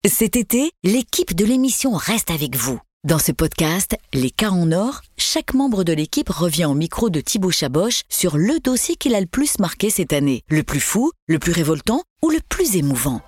Cet été, l'équipe de l'émission reste avec vous. Dans ce podcast, Les cas en or, chaque membre de l'équipe revient au micro de Thibaut Chaboch sur le dossier qu'il a le plus marqué cette année. Le plus fou, le plus révoltant ou le plus émouvant.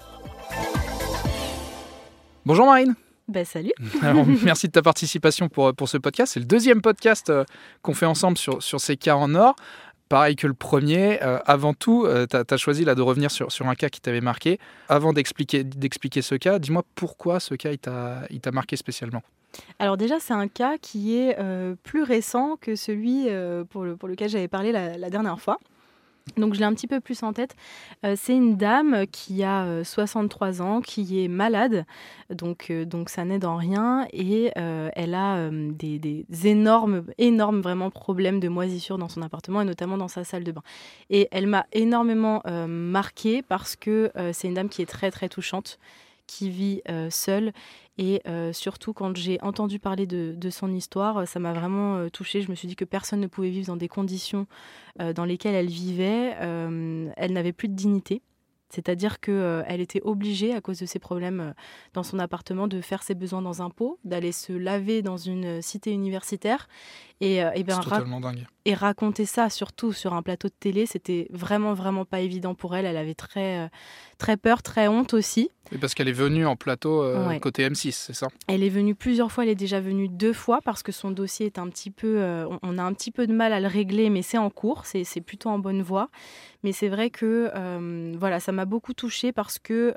Bonjour Marine. Salut. Alors, merci de ta participation pour ce podcast. C'est le deuxième podcast qu'on fait ensemble sur ces cas en or. Pareil que le premier, avant tout, tu as choisi de revenir sur un cas qui t'avait marqué. Avant d'expliquer ce cas, dis-moi pourquoi ce cas il t'a marqué spécialement. Alors déjà, c'est un cas qui est plus récent que celui pour lequel j'avais parlé la dernière fois. Donc je l'ai un petit peu plus en tête. C'est une dame qui a 63 ans, qui est malade, donc ça n'aide en rien, et elle a des énormes vraiment problèmes de moisissure dans son appartement, et notamment dans sa salle de bain. Et elle m'a énormément marquée parce que c'est une dame qui est très très touchante, qui vit seule, et surtout quand j'ai entendu parler de son histoire, ça m'a vraiment touchée. Je me suis dit que personne ne pouvait vivre dans des conditions dans lesquelles elle vivait. Elle n'avait plus de dignité. C'est-à-dire qu'elle était obligée, à cause de ses problèmes dans son appartement, de faire ses besoins dans un pot, d'aller se laver dans une cité universitaire. C'est totalement dingue. Et raconter ça, surtout sur un plateau de télé, c'était vraiment, vraiment pas évident pour elle. Elle avait très, très peur, très honte aussi. Et parce qu'elle est venue en plateau Ouais. côté M6, c'est ça ? Elle est venue plusieurs fois, elle est déjà venue 2 fois parce que son dossier est un petit peu... on a un petit peu de mal à le régler, mais c'est en cours, c'est plutôt en bonne voie. Mais c'est vrai que voilà, ça m'a beaucoup touchée parce que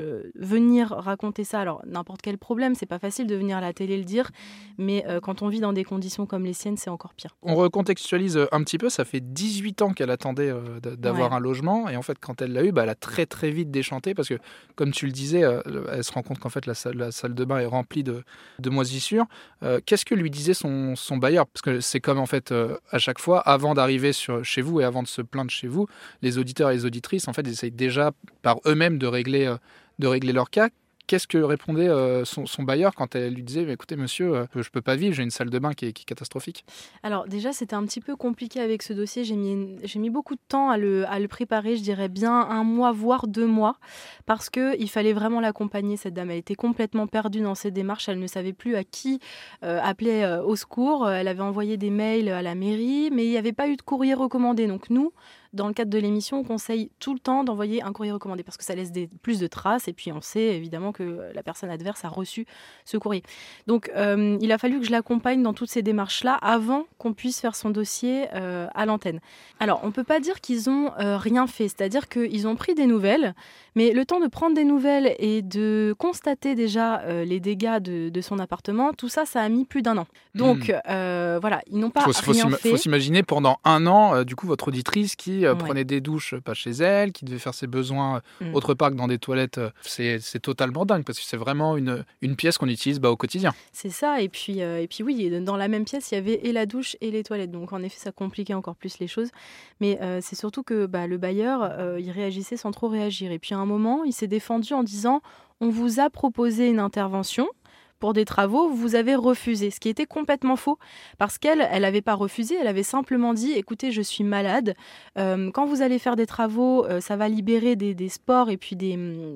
venir raconter ça, alors n'importe quel problème, c'est pas facile de venir à la télé le dire, mais quand on vit dans des conditions comme les siennes, c'est encore pire. On recontextualise un petit peu, ça fait 18 ans qu'elle attendait d'avoir Ouais. un logement, et en fait quand elle l'a eu, elle a très très vite déchanté parce que comme tu le disais, elle se rend compte qu'en fait la salle de bain est remplie de moisissures. Qu'est-ce que lui disait son bailleur ? Parce que c'est comme en fait à chaque fois, avant d'arriver chez vous et avant de se plaindre chez vous, les auditeurs et les auditrices en fait ils essayent déjà par eux-mêmes de régler leur cas. Qu'est-ce que répondait son bailleur quand elle lui disait « Écoutez monsieur, je peux pas vivre, j'ai une salle de bain qui est catastrophique ». Alors déjà, c'était un petit peu compliqué avec ce dossier. J'ai mis beaucoup de temps à le préparer, je dirais bien 1 mois, voire 2 mois, parce qu'il fallait vraiment l'accompagner, cette dame. Elle était complètement perdue dans ses démarches, elle ne savait plus à qui appeler au secours. Elle avait envoyé des mails à la mairie, mais il n'y avait pas eu de courrier recommandé. Donc nous, dans le cadre de l'émission, on conseille tout le temps d'envoyer un courrier recommandé parce que ça laisse plus de traces, et puis on sait évidemment que la personne adverse a reçu ce courrier. Donc il a fallu que je l'accompagne dans toutes ces démarches-là avant qu'on puisse faire son dossier à l'antenne. Alors on ne peut pas dire qu'ils ont rien fait, c'est-à-dire qu'ils ont pris des nouvelles, mais le temps de prendre des nouvelles et de constater déjà les dégâts de son appartement, tout ça, ça a mis plus d'1 an. Donc voilà, ils n'ont pas rien fait. Faut s'imaginer pendant 1 an, du coup, votre auditrice qui Ouais. prenait des douches pas chez elle, qui devait faire ses besoins autre part que dans des toilettes. C'est totalement dingue parce que c'est vraiment une pièce qu'on utilise au quotidien. C'est ça, et puis oui, dans la même pièce, il y avait et la douche et les toilettes. Donc en effet, ça compliquait encore plus les choses. Mais c'est surtout que le bailleur, il réagissait sans trop réagir. Et puis à un moment, il s'est défendu en disant « On vous a proposé une intervention pour des travaux, vous avez refusé ». Ce qui était complètement faux, parce qu'elle n'avait pas refusé, elle avait simplement dit « Écoutez, je suis malade, quand vous allez faire des travaux, ça va libérer des spores et puis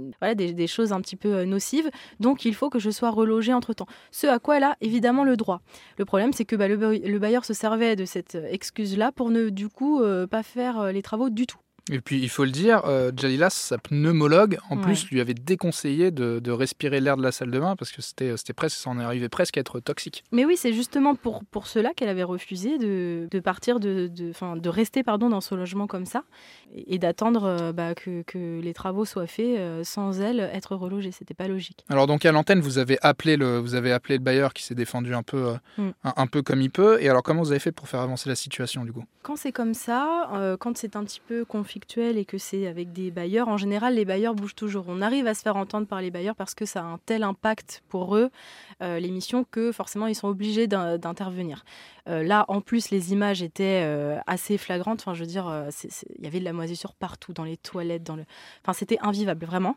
des choses un petit peu nocives, donc il faut que je sois relogée entre-temps ». Ce à quoi elle a évidemment le droit. Le problème, c'est que le bailleur se servait de cette excuse-là pour ne du coup pas faire les travaux du tout. Et puis, il faut le dire, Jalila, sa pneumologue, en Ouais. plus, lui avait déconseillé de respirer l'air de la salle de bain parce que c'était presque, ça en arrivait presque à être toxique. Mais oui, c'est justement pour cela qu'elle avait refusé de partir, de rester dans son logement comme ça et d'attendre que les travaux soient faits sans elle être relogée. C'était pas logique. Alors donc à l'antenne, vous avez appelé le bailleur qui s'est défendu un peu comme il peut. Et alors comment vous avez fait pour faire avancer la situation du coup ? Quand c'est comme ça, quand c'est un petit peu conflictuel et que c'est avec des bailleurs, en général, les bailleurs bougent toujours. On arrive à se faire entendre par les bailleurs parce que ça a un tel impact pour eux, l'émission, que forcément, ils sont obligés d'intervenir. Là, en plus, les images étaient assez flagrantes. Enfin, je veux dire, il y avait de la moisissure partout, dans les toilettes, Enfin, c'était invivable, vraiment.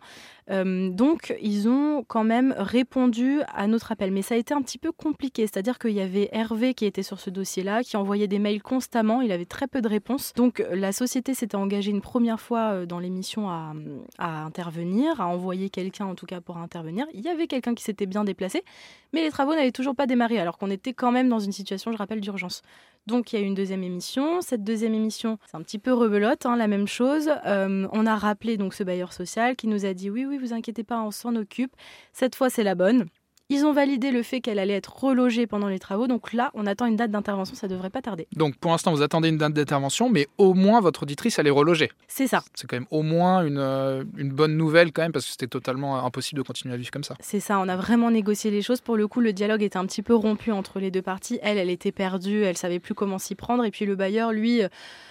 Donc, ils ont quand même répondu à notre appel. Mais ça a été un petit peu compliqué. C'est-à-dire qu'il y avait Hervé qui était sur ce dossier-là, qui envoyait des mails constamment. Il avait très peu de réponses. Donc, la société s'était engagée engagé une première fois dans l'émission à intervenir, à envoyer quelqu'un en tout cas pour intervenir. Il y avait quelqu'un qui s'était bien déplacé, mais les travaux n'avaient toujours pas démarré, alors qu'on était quand même dans une situation, je rappelle, d'urgence. Donc il y a eu une deuxième émission. Cette deuxième émission, c'est un petit peu rebelote, la même chose. On a rappelé donc ce bailleur social qui nous a dit oui, vous inquiétez pas, on s'en occupe. Cette fois, c'est la bonne. Ils ont validé le fait qu'elle allait être relogée pendant les travaux. Donc là, on attend une date d'intervention, ça ne devrait pas tarder. Donc pour l'instant, vous attendez une date d'intervention, mais au moins votre auditrice, elle est relogée. C'est ça. C'est quand même au moins une bonne nouvelle quand même, parce que c'était totalement impossible de continuer à vivre comme ça. C'est ça, on a vraiment négocié les choses. Pour le coup, le dialogue était un petit peu rompu entre les deux parties. Elle était perdue, elle ne savait plus comment s'y prendre. Et puis le bailleur, lui...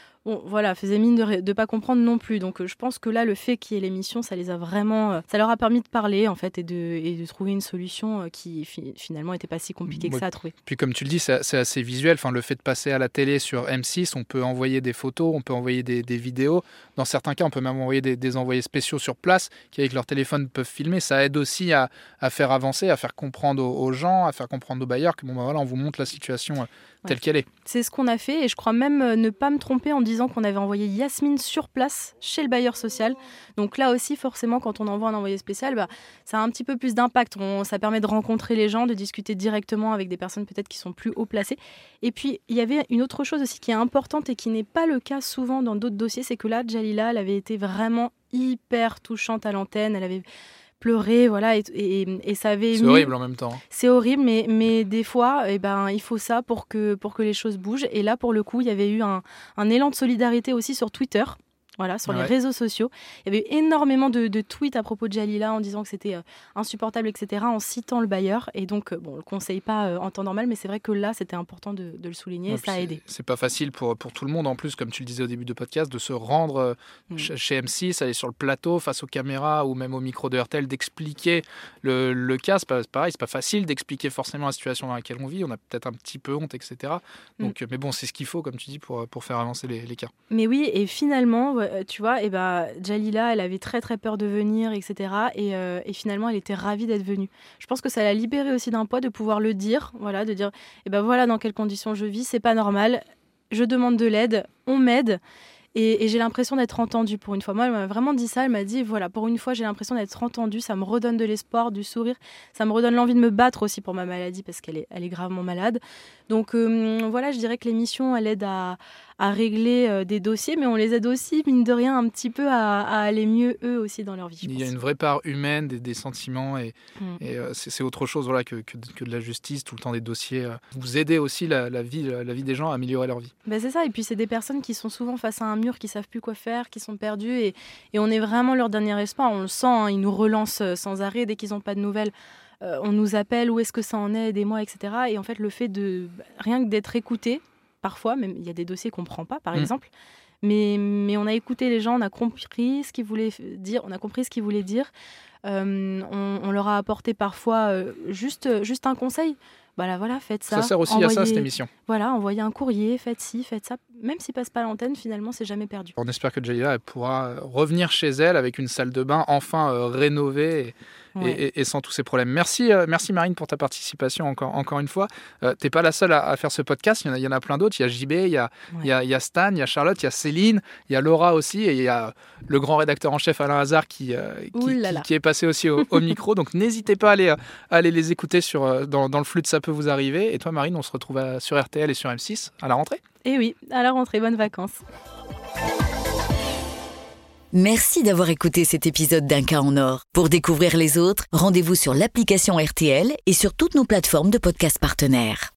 faisait mine de ne pas comprendre non plus. Donc je pense que là, le fait qu'il y ait l'émission, ça les a vraiment, ça leur a permis de parler en fait et de trouver une solution qui finalement n'était pas si compliquée que ça à trouver. Puis comme tu le dis, c'est assez visuel. Enfin, le fait de passer à la télé sur M6, on peut envoyer des photos, on peut envoyer des vidéos. Dans certains cas, on peut même envoyer des envoyés spéciaux sur place qui avec leur téléphone peuvent filmer. Ça aide aussi à faire avancer, à faire comprendre aux gens, à faire comprendre aux bailleurs que on vous montre la situation telle qu'elle est. C'est ce qu'on a fait et je crois même ne pas me tromper en disant qu'on avait envoyé Yasmine sur place chez le bailleur social. Donc là aussi, forcément, quand on envoie un envoyé spécial, ça a un petit peu plus d'impact. Ça permet de rencontrer les gens, de discuter directement avec des personnes peut-être qui sont plus haut placées. Et puis, il y avait une autre chose aussi qui est importante et qui n'est pas le cas souvent dans d'autres dossiers, c'est que là, Djalila, elle avait été vraiment hyper touchante à l'antenne. Elle avait pleurer, voilà, et ça avait... C'est horrible en même temps. C'est horrible, mais des fois, il faut ça pour que les choses bougent. Et là, pour le coup, il y avait eu un élan de solidarité aussi sur Twitter. Voilà, sur les réseaux sociaux. Il y avait eu énormément de tweets à propos de Djalila en disant que c'était insupportable, etc., en citant le bailleur. Et donc, on ne le conseille pas en temps normal, mais c'est vrai que là, c'était important de le souligner et ça a aidé. C'est pas facile pour tout le monde, en plus, comme tu le disais au début de podcast, de se rendre chez M6, aller sur le plateau, face aux caméras ou même au micro de RTL, d'expliquer le cas. C'est pareil, c'est pas facile d'expliquer forcément la situation dans laquelle on vit. On a peut-être un petit peu honte, etc. Donc, mais bon, c'est ce qu'il faut, comme tu dis, pour faire avancer les cas. Mais oui, et finalement... tu vois, Djalila, elle avait très très peur de venir, etc. Et finalement, elle était ravie d'être venue. Je pense que ça l'a libérée aussi d'un poids de pouvoir le dire, voilà, de dire, voilà dans quelles conditions je vis, c'est pas normal, je demande de l'aide, on m'aide. Et j'ai l'impression d'être entendue pour une fois. Moi, elle m'a vraiment dit ça. Elle m'a dit, voilà, pour une fois, j'ai l'impression d'être entendue. Ça me redonne de l'espoir, du sourire. Ça me redonne l'envie de me battre aussi pour ma maladie parce qu'elle est gravement malade. Donc, voilà, je dirais que l'émission, elle aide à régler des dossiers, mais on les aide aussi, mine de rien, un petit peu à aller mieux, eux aussi, dans leur vie. Il y a une vraie part humaine, des sentiments, et c'est autre chose voilà, que de la justice, tout le temps des dossiers. Vous aidez aussi la vie des gens à améliorer leur vie. C'est ça, et puis c'est des personnes qui sont souvent face à un mur, qui ne savent plus quoi faire, qui sont perdus, et on est vraiment leur dernier espoir. On le sent, ils nous relancent sans arrêt dès qu'ils n'ont pas de nouvelles. On nous appelle, où est-ce que ça en est, aidez-moi, etc. Et en fait, le fait de rien que d'être écouté, parfois, même il y a des dossiers qu'on ne prend pas, par exemple, mais on a écouté les gens, on a compris ce qu'ils voulaient dire, on a compris ce qu'ils voulaient dire. On leur a apporté parfois juste un conseil. Voilà, faites ça. Ça sert aussi à ça, cette émission. Voilà, envoyez un courrier, faites ci, faites ça. Même s'il passe pas à l'antenne, finalement, c'est jamais perdu. On espère que Djalila pourra revenir chez elle avec une salle de bain enfin rénovée et sans tous ces problèmes. Merci Marine pour ta participation encore une fois. T'es pas la seule à faire ce podcast, il y en a plein d'autres. Il y a JB, il y a Stan, il y a Charlotte, il y a Céline, il y a Laura aussi, et il y a le grand rédacteur en chef Alain Hazard qui est passé aussi au micro. Donc n'hésitez pas à aller les écouter dans le flux de Ça peut vous arriver. Et toi Marine, on se retrouve sur RTL et sur M6 à la rentrée. Et oui, à la rentrée, bonnes vacances. Merci d'avoir écouté cet épisode d'Un cas en or. Pour découvrir les autres, rendez-vous sur l'application RTL et sur toutes nos plateformes de podcasts partenaires.